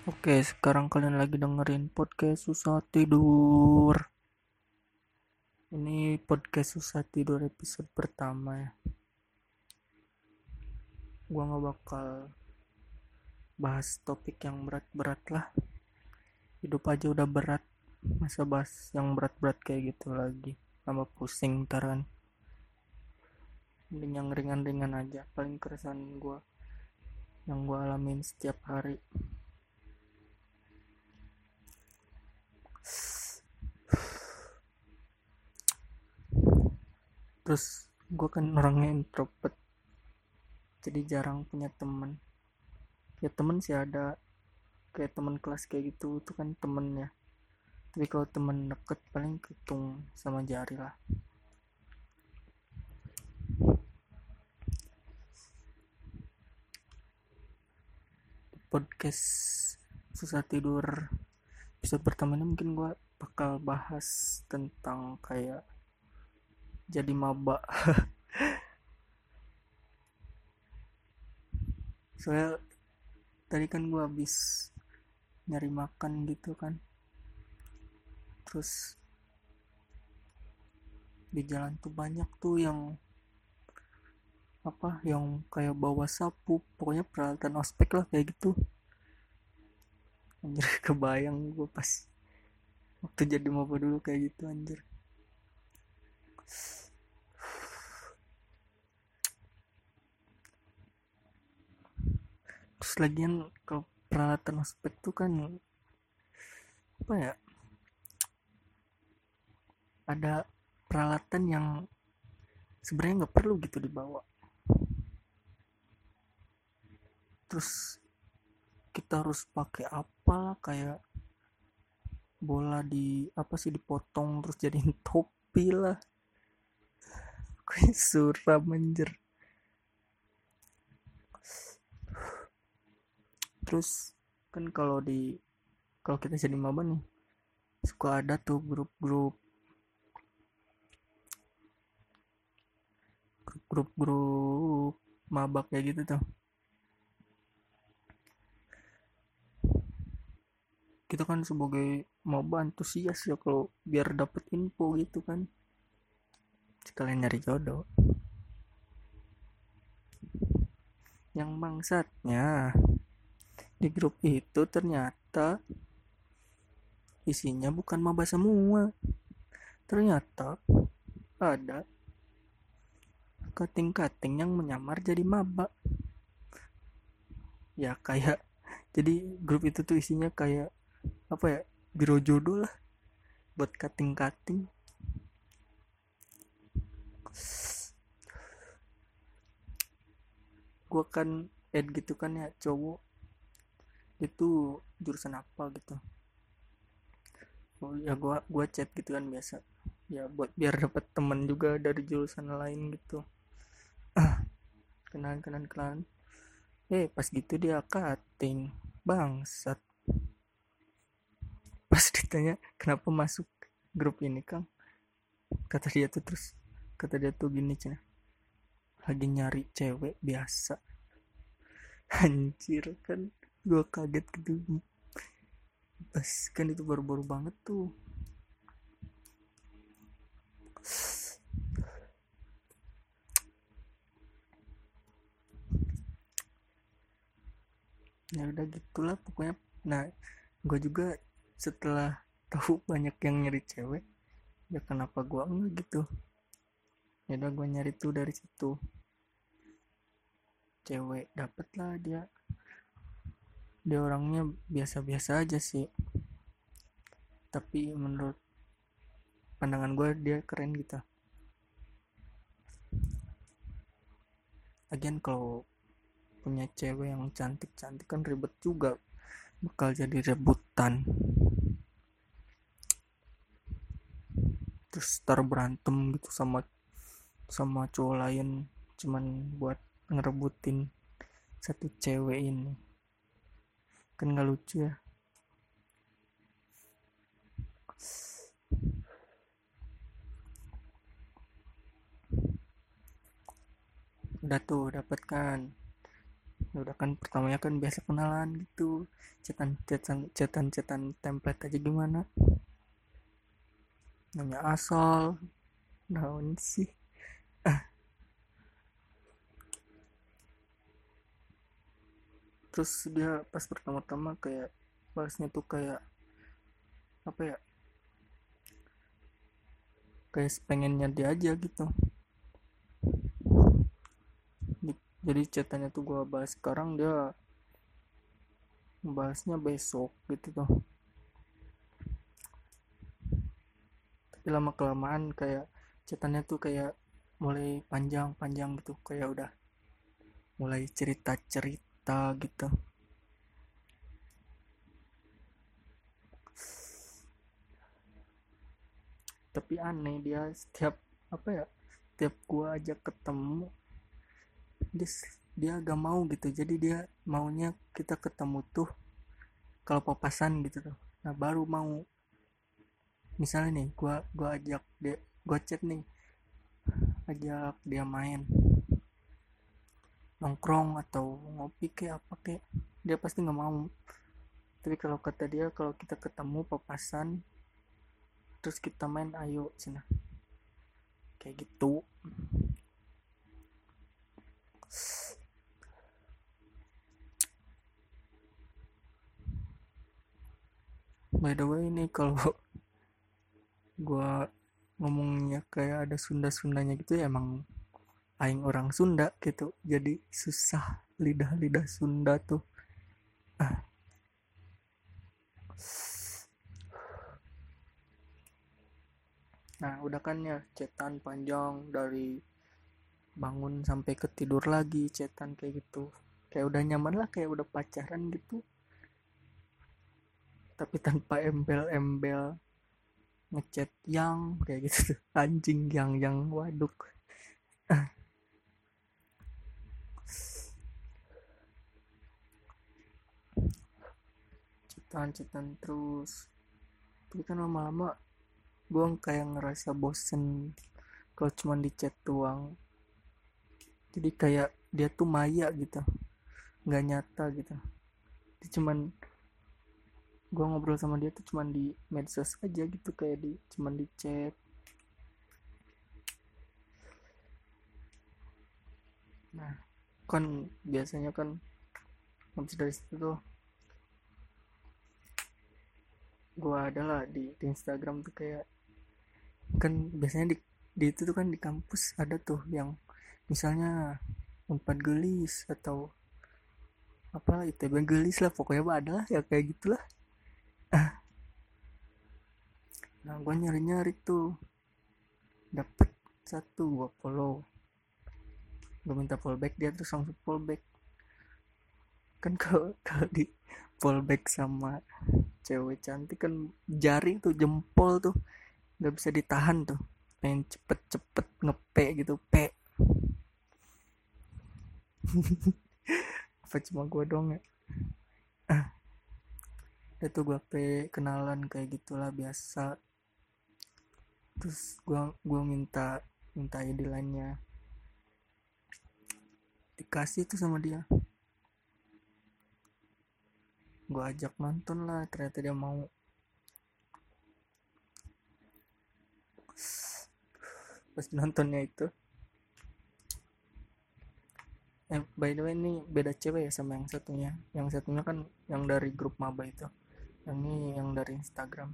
Oke, sekarang kalian lagi dengerin podcast Susah Tidur. Ini podcast Susah Tidur episode pertama ya. Gua nggak bakal bahas topik yang berat-berat lah. Hidup aja udah berat, masa bahas yang berat-berat kayak gitu lagi. Tambah pusing ntaran. Mending yang ringan-ringan aja. Paling keresahan gua yang gua alamin setiap hari. Terus gua kan orangnya introvert, jadi jarang punya temen. Ya temen sih ada, kayak teman kelas kayak gitu itu kan temen ya, tapi kalau temen deket paling hitung sama jari lah. Podcast Susah Tidur episode pertama ini mungkin gue bakal bahas tentang kayak jadi maba. Soalnya tadi kan gue habis nyari makan gitu kan, terus di jalan tuh banyak tuh yang yang kayak bawa sapu, pokoknya peralatan ospek lah kayak gitu. Anjir, kebayang gue pas waktu jadi maba dulu kayak gitu anjir. Terus lagian kalau peralatan ospek tuh kan apa ya, ada peralatan yang sebenarnya nggak perlu gitu dibawa. Terus kita harus pakai apa, kayak bola di apa sih, dipotong terus jadiin topi lah. Kayak suram anjir. Terus kan kalau kita jadi maba nih, suka ada tuh grup maba kayak gitu tuh. Kita kan sebagai maba antusias ya kalau biar dapet info gitu kan, sekalian nyari jodoh. Yang bangsatnya di grup itu ternyata isinya bukan maba semua. Ternyata ada kating-kating yang menyamar jadi maba. Ya kayak, jadi grup itu tuh isinya kayak apa ya, biro jodoh lah buat kating-kating. Gua kan add gitu kan ya, cowok itu jurusan apa gitu. Oh ya, gua chat gitu kan biasa, ya buat biar dapet temen juga dari jurusan lain gitu. Kenalan pas gitu dia cutting, bangsat. Pas ditanya kenapa masuk grup ini kang, kata dia tuh gini, cina, lagi nyari cewek biasa. Anjir, kan gua kaget gitu. Pas kan itu baru-baru banget tuh. Ya udah gitulah pokoknya. Nah, gue juga setelah tahu banyak yang nyari cewek, ya kenapa gue enggak gitu. Ya udah gue nyari tuh dari situ, cewek dapet lah dia. Dia orangnya biasa-biasa aja sih, tapi menurut pandangan gue dia keren gitu. Lagian kalau punya cewek yang cantik-cantik kan ribet juga, bakal jadi rebutan. Terus ntar berantem gitu sama sama cowok lain cuman buat ngerebutin satu cewek ini, kan nggak lucu ya. Udah tuh dapet kan, Ya udah kan pertamanya kan biasa kenalan gitu, cetan template aja gimana, nanya asal naon sih. Terus dia pas pertama-tama kayak balasnya tuh kayak apa ya, kayak pengennya dia aja gitu. Jadi cetannya tuh gue balas sekarang, dia bahasnya besok gitu tuh. Tapi lama kelamaan kayak cetannya tuh kayak mulai panjang-panjang gitu, kayak udah mulai cerita-cerita gitu. Tapi aneh, dia setiap apa ya, setiap gue ajak ketemu dia dia gak mau gitu. Jadi dia maunya kita ketemu tuh kalau papasan gitu tuh, nah baru mau. Misalnya nih gua ajak dia, gua chat nih, ajak dia main nongkrong atau ngopi kayak apa kayak, dia pasti nggak mau. Tapi kalau kata dia, kalau kita ketemu papasan terus kita main, ayo cina, kayak gitu. By the way ini kalau gua ngomongnya kayak ada Sunda-Sundanya gitu ya, emang aing orang Sunda gitu, jadi susah lidah-lidah Sunda tuh. Nah udah kan ya, cetan panjang dari bangun sampai ke tidur lagi cetan kayak gitu, kayak udah nyaman lah, kayak udah pacaran gitu, tapi tanpa embel-embel ngechat yang kayak gitu. Anjing, yang waduk. Cetan terus, tapi kan lama-lama gue kayak ngerasa bosen kalau cuma di chat doang. Jadi kayak dia tuh maya gitu, nggak nyata gitu. Dia cuman, gue ngobrol sama dia tuh cuman di medsos aja gitu, kayak di cuman di chat. Nah kan biasanya kan habis dari situ tuh gue adalah di Instagram tuh kayak, kan biasanya di itu tuh kan di kampus ada tuh yang misalnya Unpad gelis atau apa ITB gelis lah, pokoknya ada lah ya kayak gitulah. Nah gue nyari-nyari tuh, dapet satu, gue follow, gue minta fallback, dia terus langsung fallback. Kan kalau di fallback sama cewek cantik kan, jari tuh, jempol tuh nggak bisa ditahan tuh, pengen cepet-cepet ngepe gitu, pe. Apa cuma gue dong ya? Itu gue pe kenalan kayak gitulah biasa. Terus gue minta minta ID lainnya, dikasih tuh sama dia. Gue ajak nonton lah, ternyata dia mau. Pas nontonnya itu, by the way ini beda cewek ya sama yang satunya kan yang dari grup maba itu, yang ini yang dari Instagram.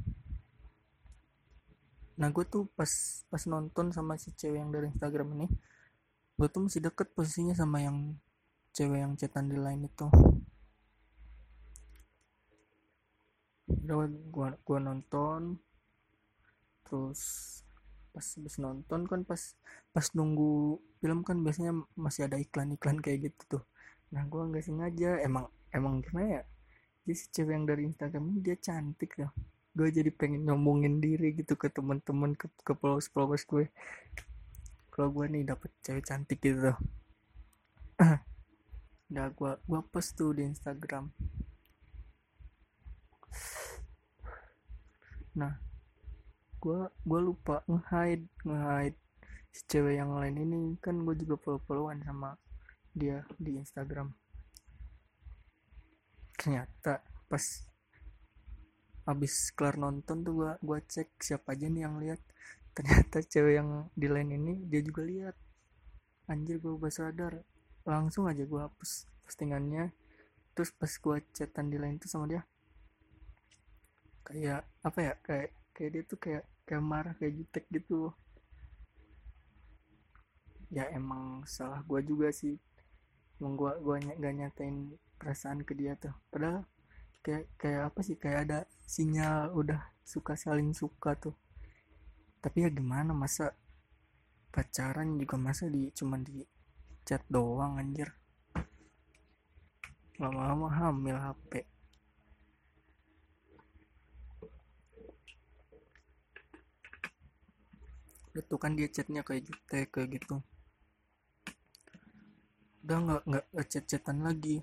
Nah gue tuh pas nonton sama si cewek yang dari Instagram ini, gue tuh masih deket posisinya sama yang cewek yang chatan di line itu. Udah gua nonton, terus pas habis nonton kan, pas nunggu film kan biasanya masih ada iklan-iklan kayak gitu tuh. Nah gua nggak sengaja, emang emang gimana ya, jadi si cewek yang dari Instagram ini dia cantik loh. Gue jadi pengen nyombongin diri gitu ke teman-teman, ke followers gue, kalau gue nih dapet cewek cantik gitu tuh. Udah gua post tuh di Instagram. Nah gue lupa nge-hide si cewek yang lain ini, kan gue juga follow-followan sama dia di Instagram. ternyata pas abis kelar nonton tuh gua cek siapa aja nih yang lihat. Ternyata cewek yang di line ini dia juga lihat. Anjir, gue baru sadar. Langsung aja gue hapus postingannya. Terus pas gue chatan di line tuh sama dia, kayak apa ya, kayak dia tuh kayak marah, kayak jutek gitu. Ya emang salah gue juga sih. Emang gue gak nyatain perasaan ke dia tuh. Padahal kayak apa sih, kayak ada sinyal udah suka, saling suka tuh. Tapi ya gimana, masa pacaran juga masa cuman di chat doang, anjir. Lama-lama hamil HP. Itu kan dia chatnya kayak jutek kayak gitu. Udah nggak chat-chatan lagi.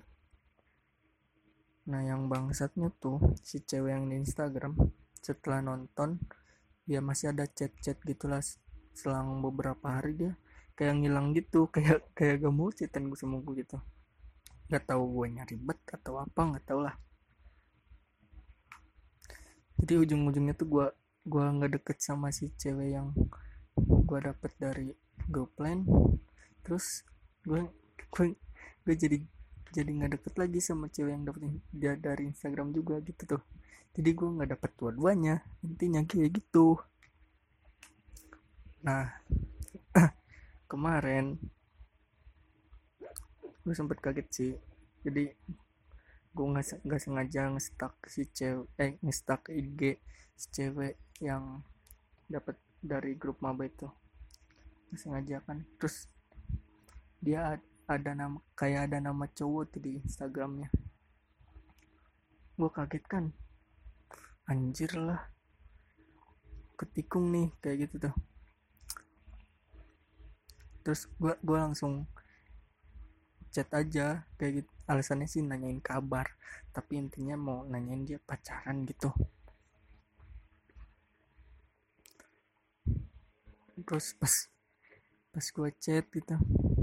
Nah yang bangsatnya tuh si cewek yang di Instagram, setelah nonton dia masih ada chat-chat gitulah. Selang beberapa hari dia kayak ngilang gitu, kayak gak mau chatan gue sama gue gitu. Gak tahu gue nyari ribet atau apa, nggak tahu lah. Jadi ujung-ujungnya tuh gue nggak deket sama si cewek yang gue dapet dari grup line. Terus gue gue gue jadi nggak deket lagi sama cewek yang dapet dia dari Instagram juga gitu tuh. Jadi gue nggak dapet dua-duanya, intinya kayak gitu. Nah kemarin gue sempet kaget sih. Jadi gue nggak sengaja ngestak si cewek, ngestak IG si cewek yang dapat dari grup maba itu, nggak sengaja kan. Terus dia ada nama, kayak ada nama cowok tuh di Instagramnya. Gue kaget kan, anjir lah, ketikung nih kayak gitu tuh. Terus gue langsung chat aja kayak gitu. Alasannya sih nanyain kabar, tapi intinya mau nanyain dia pacaran gitu. Terus pas gue chat gitu,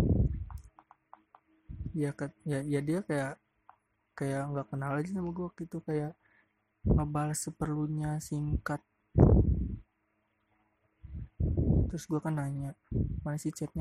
ya dia kayak nggak kenal aja sama gue gitu, kayak ngebalas seperlunya, singkat. Terus gue kan nanya, mana sih chatnya?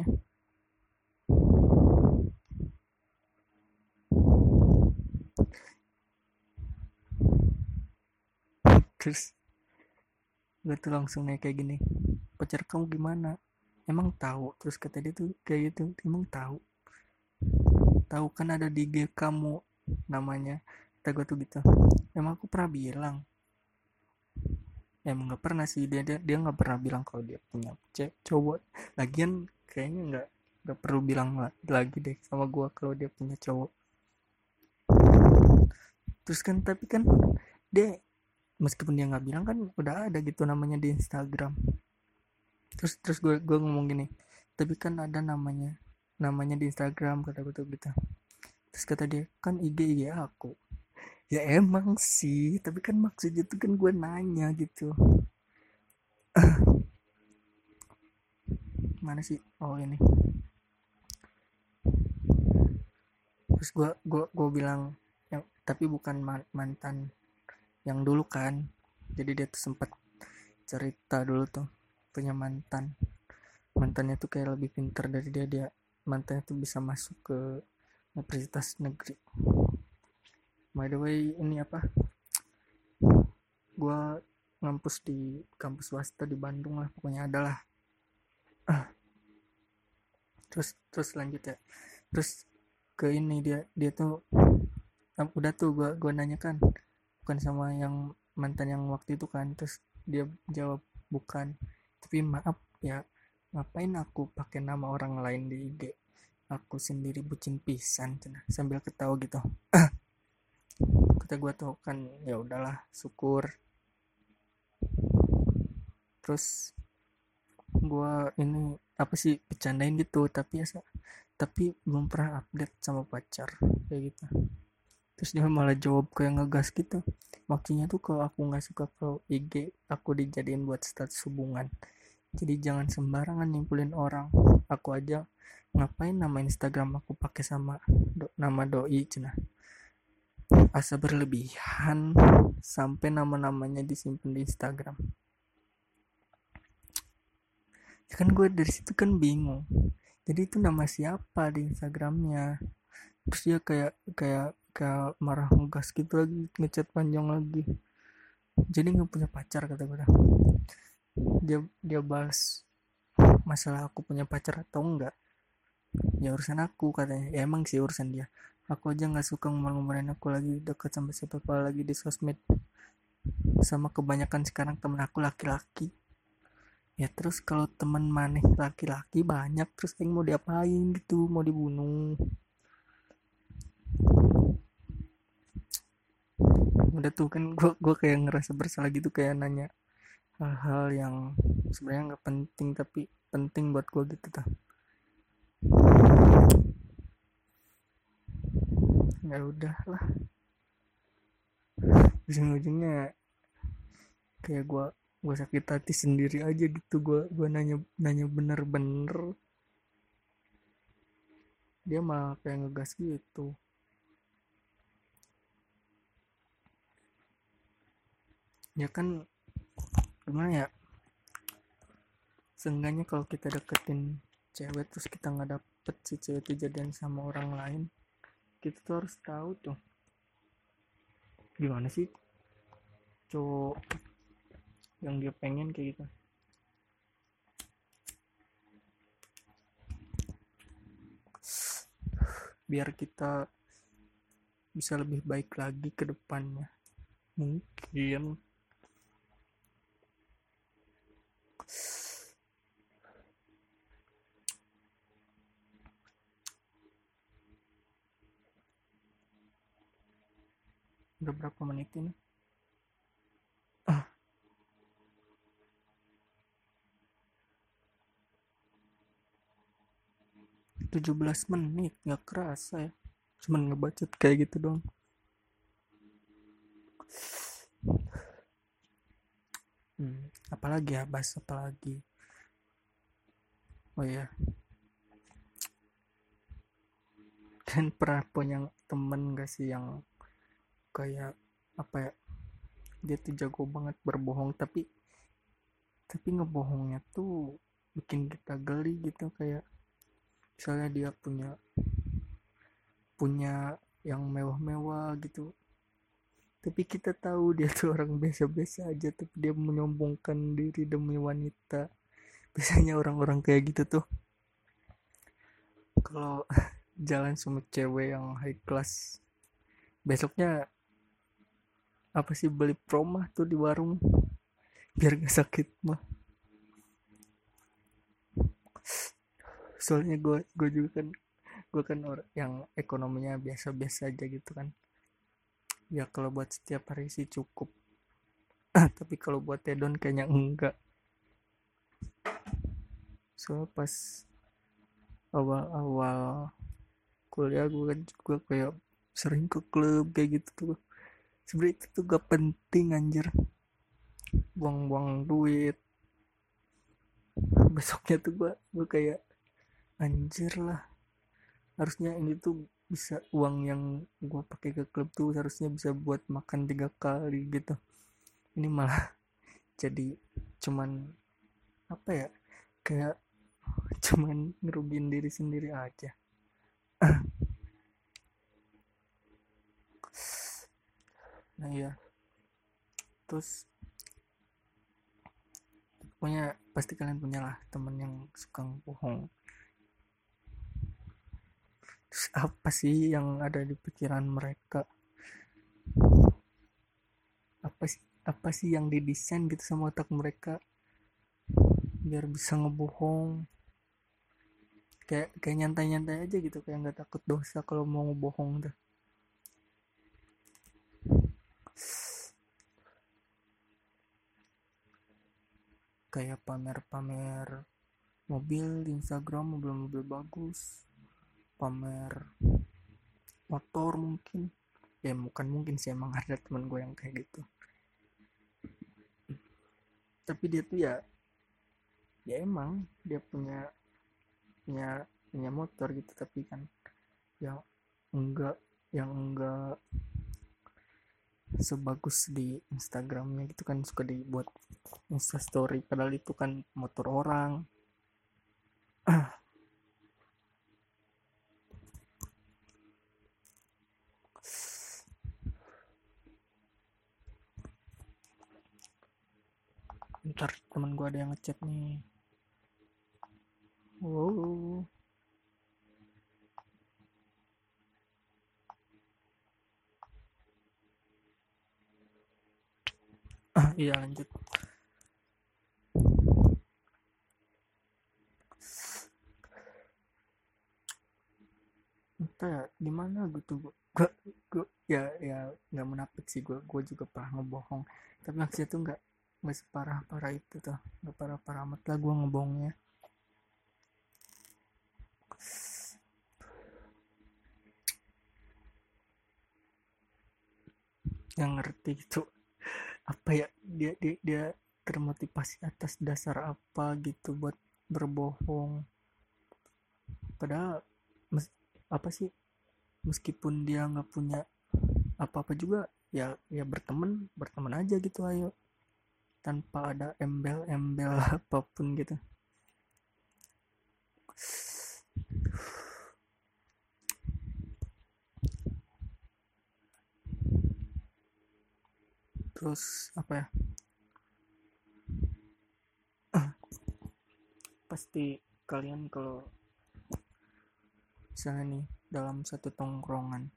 Terus gue tuh langsung nanya kayak gini, pacar kamu gimana, emang tahu? Terus kata dia tuh kayak gitu, emang tahu kan ada di IG kamu namanya. Kata gue tuh gitu, emang aku pernah bilang? Emang nggak pernah sih, dia nggak pernah bilang kalau dia punya cowok. Lagian kayaknya nggak perlu bilang lagi deh sama gue kalau dia punya cowok. Terus kan tapi kan dia, meskipun dia nggak bilang kan udah ada gitu namanya di Instagram. Terus gue ngomong gini, tapi kan ada namanya di Instagram, kata gue tuh gitu. Terus kata dia, kan IG aku. Ya emang sih, tapi kan maksudnya tuh kan gue nanya gitu. Mana sih, oh ini. Terus gue bilang, ya, tapi bukan mantan yang dulu kan. Jadi dia tuh sempat cerita dulu tuh punya mantannya tuh kayak lebih pintar dari dia mantannya tuh bisa masuk ke universitas negeri. By the way, ini apa, gue ngampus di kampus swasta di Bandung lah, pokoknya adalah. Terus lanjut ya. Terus ke ini, dia tuh udah tuh gue nanya kan, bukan sama yang mantan yang waktu itu kan. Terus dia jawab bukan, tapi maaf ya, ngapain aku pakai nama orang lain di IG, aku sendiri bucin pisan, sambil ketawa gitu. Kata gue tuh kan, ya udahlah, syukur. Terus gue ini apa sih, bercandain gitu, tapi belum pernah update sama pacar kayak gitu. Terus dia malah jawab kayak ngegas gitu, maksudnya tuh kalau aku nggak suka kalau IG aku dijadiin buat status hubungan, jadi jangan sembarangan nyimpulin orang. Aku aja ngapain nama Instagram aku pakai sama nama doi, cina. asa berlebihan sampai nama-namanya disimpan di Instagram. Kan gue dari situ kan bingung, jadi itu nama siapa di Instagramnya. Terus dia kayak marah ngegas gitu lagi, ngechat panjang lagi, jadi nggak punya pacar kata gue. Dia balas masalah aku punya pacar atau enggak, ya urusan aku katanya. Ya emang sih urusan dia, aku aja nggak suka ngomong-ngomongin aku lagi deket sama siapa lagi di sosmed, sama kebanyakan sekarang temen aku laki-laki. Ya terus kalau teman maneh laki-laki banyak, terus yang mau diapain gitu, mau dibunuh. Udah tuh kan gue kayak ngerasa bersalah gitu, kayak nanya hal-hal yang sebenarnya nggak penting tapi penting buat gue gitu tuh. Ya udah lah, ujung-ujungnya kayak gue sakit hati sendiri aja gitu. Gue nanya nanya bener-bener, dia malah kayak ngegas gitu. Ya kan gimana ya, seenggaknya kalau kita deketin cewek terus kita nggak dapet si cewek itu jadian sama orang lain, kita tuh harus tahu tuh gimana sih cowok yang dia pengen kayak gitu, biar kita bisa lebih baik lagi ke depannya. Mungkin udah berapa menit ini? 17 menit, nggak kerasa ya, cuman ngebacot kayak gitu dong. Apalagi ya, bahas apalagi. Oh iya, kan pernah punya temen gak sih yang kayak apa ya, dia tuh jago banget berbohong, tapi ngebohongnya tuh bikin kita geli gitu. Kayak misalnya dia punya punya yang mewah-mewah gitu, tapi kita tahu dia tuh orang biasa-biasa aja, tapi dia menyombongkan diri demi wanita. Biasanya orang-orang kayak gitu tuh kalau jalan sama cewek yang high class, besoknya apa sih, beli promah tuh di warung biar gak sakit mah. Soalnya gue juga kan, gue kan orang yang ekonominya biasa-biasa aja gitu kan. Ya kalau buat setiap hari sih cukup. Tapi kalau buat hedon kayaknya enggak. Soalnya pas awal-awal kuliah gue kayak sering ke klub kayak gitu tuh. Sebenarnya itu tuh gak penting anjir, buang-buang duit. Besoknya tuh gue kayak anjir lah, harusnya ini tuh bisa, uang yang gue pakai ke klub tuh harusnya bisa buat makan 3 kali gitu. Ini malah jadi cuman apa ya, kayak cuman ngerugiin diri sendiri aja. Nah ya, terus pokoknya pasti kalian punya lah temen yang suka bohong. Terus apa sih yang ada di pikiran mereka, apa sih yang didesain gitu sama otak mereka biar bisa ngebohong. Kayak nyantai-nyantai aja gitu, kayak nggak takut dosa kalau mau ngebohong tuh. Kayak pamer-pamer mobil di Instagram, mobil-mobil bagus, pamer motor mungkin. Ya bukan mungkin sih, emang ada teman gue yang kayak gitu. Tapi dia tuh ya emang dia punya punya motor gitu, tapi kan yang enggak yang enggak sebagus di Instagramnya gitu kan, suka dibuat Instastory padahal itu kan motor orang. Ntar teman gue ada yang ngechat nih. Wow. Iya lanjut. Entah ya gimana gitu, gue ya nggak menapik sih, gue juga pernah ngebohong, tapi maksudnya tuh nggak separah parah itu tuh, nggak parah parah amat lah gue ngebohongnya. Yang ngerti gitu apa ya, dia termotivasi atas dasar apa gitu buat berbohong, padahal apa sih, meskipun dia nggak punya apa-apa juga, ya berteman berteman aja gitu, ayo, tanpa ada embel-embel apapun gitu. Terus apa ya, pasti kalian kalau misalnya nih dalam satu tongkrongan,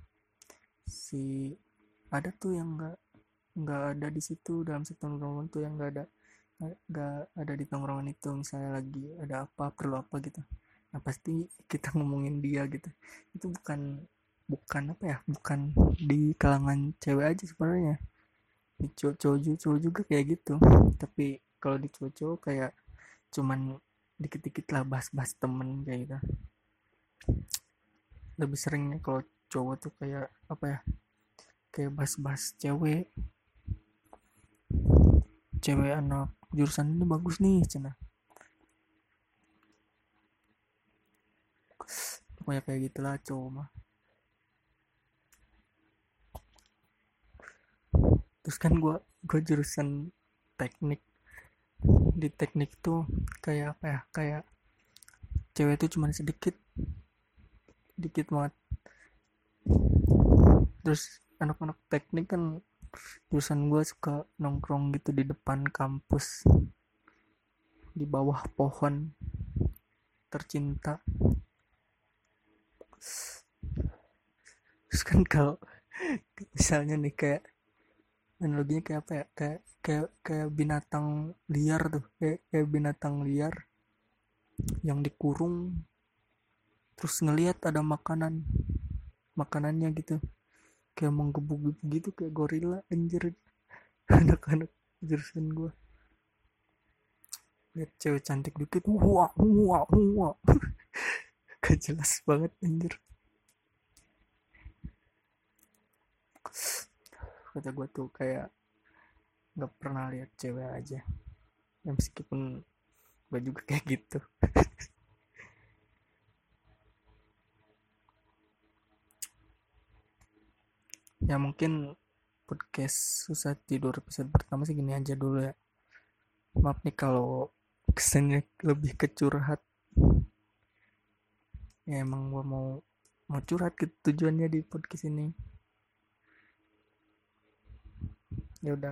si ada tuh yang nggak ada di situ, dalam satu tongkrongan tuh yang nggak ada di tongkrongan itu, misalnya lagi ada apa, perlu apa gitu, nah pasti kita ngomongin dia gitu. Itu bukan apa ya, bukan di kalangan cewek aja sebenarnya, di cowok juga kayak gitu, tapi kalau di cowok kayak cuman dikit-dikit lah bahas-bahas temen kayak gitu. Lebih seringnya kalau cowok tuh kayak apa ya, kayak bahas-bahas cewek anak jurusan ini bagus nih cina, pokoknya kayak gitulah cowok mah. Terus kan gue jurusan teknik, di teknik tuh kayak apa ya, kayak cewek tuh cuma sedikit dikit banget. Terus anak-anak teknik kan jurusan gue suka nongkrong gitu di depan kampus, di bawah pohon tercinta. Terus kan kalau misalnya nih kayak analoginya kayak apa ya, kayak binatang liar tuh, kayak binatang liar yang dikurung terus ngelihat ada makanannya gitu, kayak menggebu-gebu gitu kayak gorila anjir. Anak-anak jurusan gue lihat cewek cantik dikit, wah wah wah, gak jelas banget anjir. Kata gue tuh kayak nggak pernah lihat cewek aja, ya meskipun gue juga kayak gitu. Ya mungkin podcast susah tidur episode pertama sih gini aja dulu ya. Maaf nih kalau kesannya lebih ke curhat, ya emang gue mau curhat gitu tujuannya di podcast ini. Ya udah,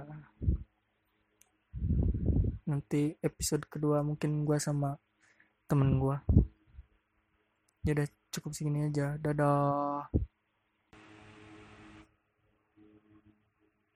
nanti episode kedua mungkin gue sama temen gue. Ya udah, cukup segini aja, dadah.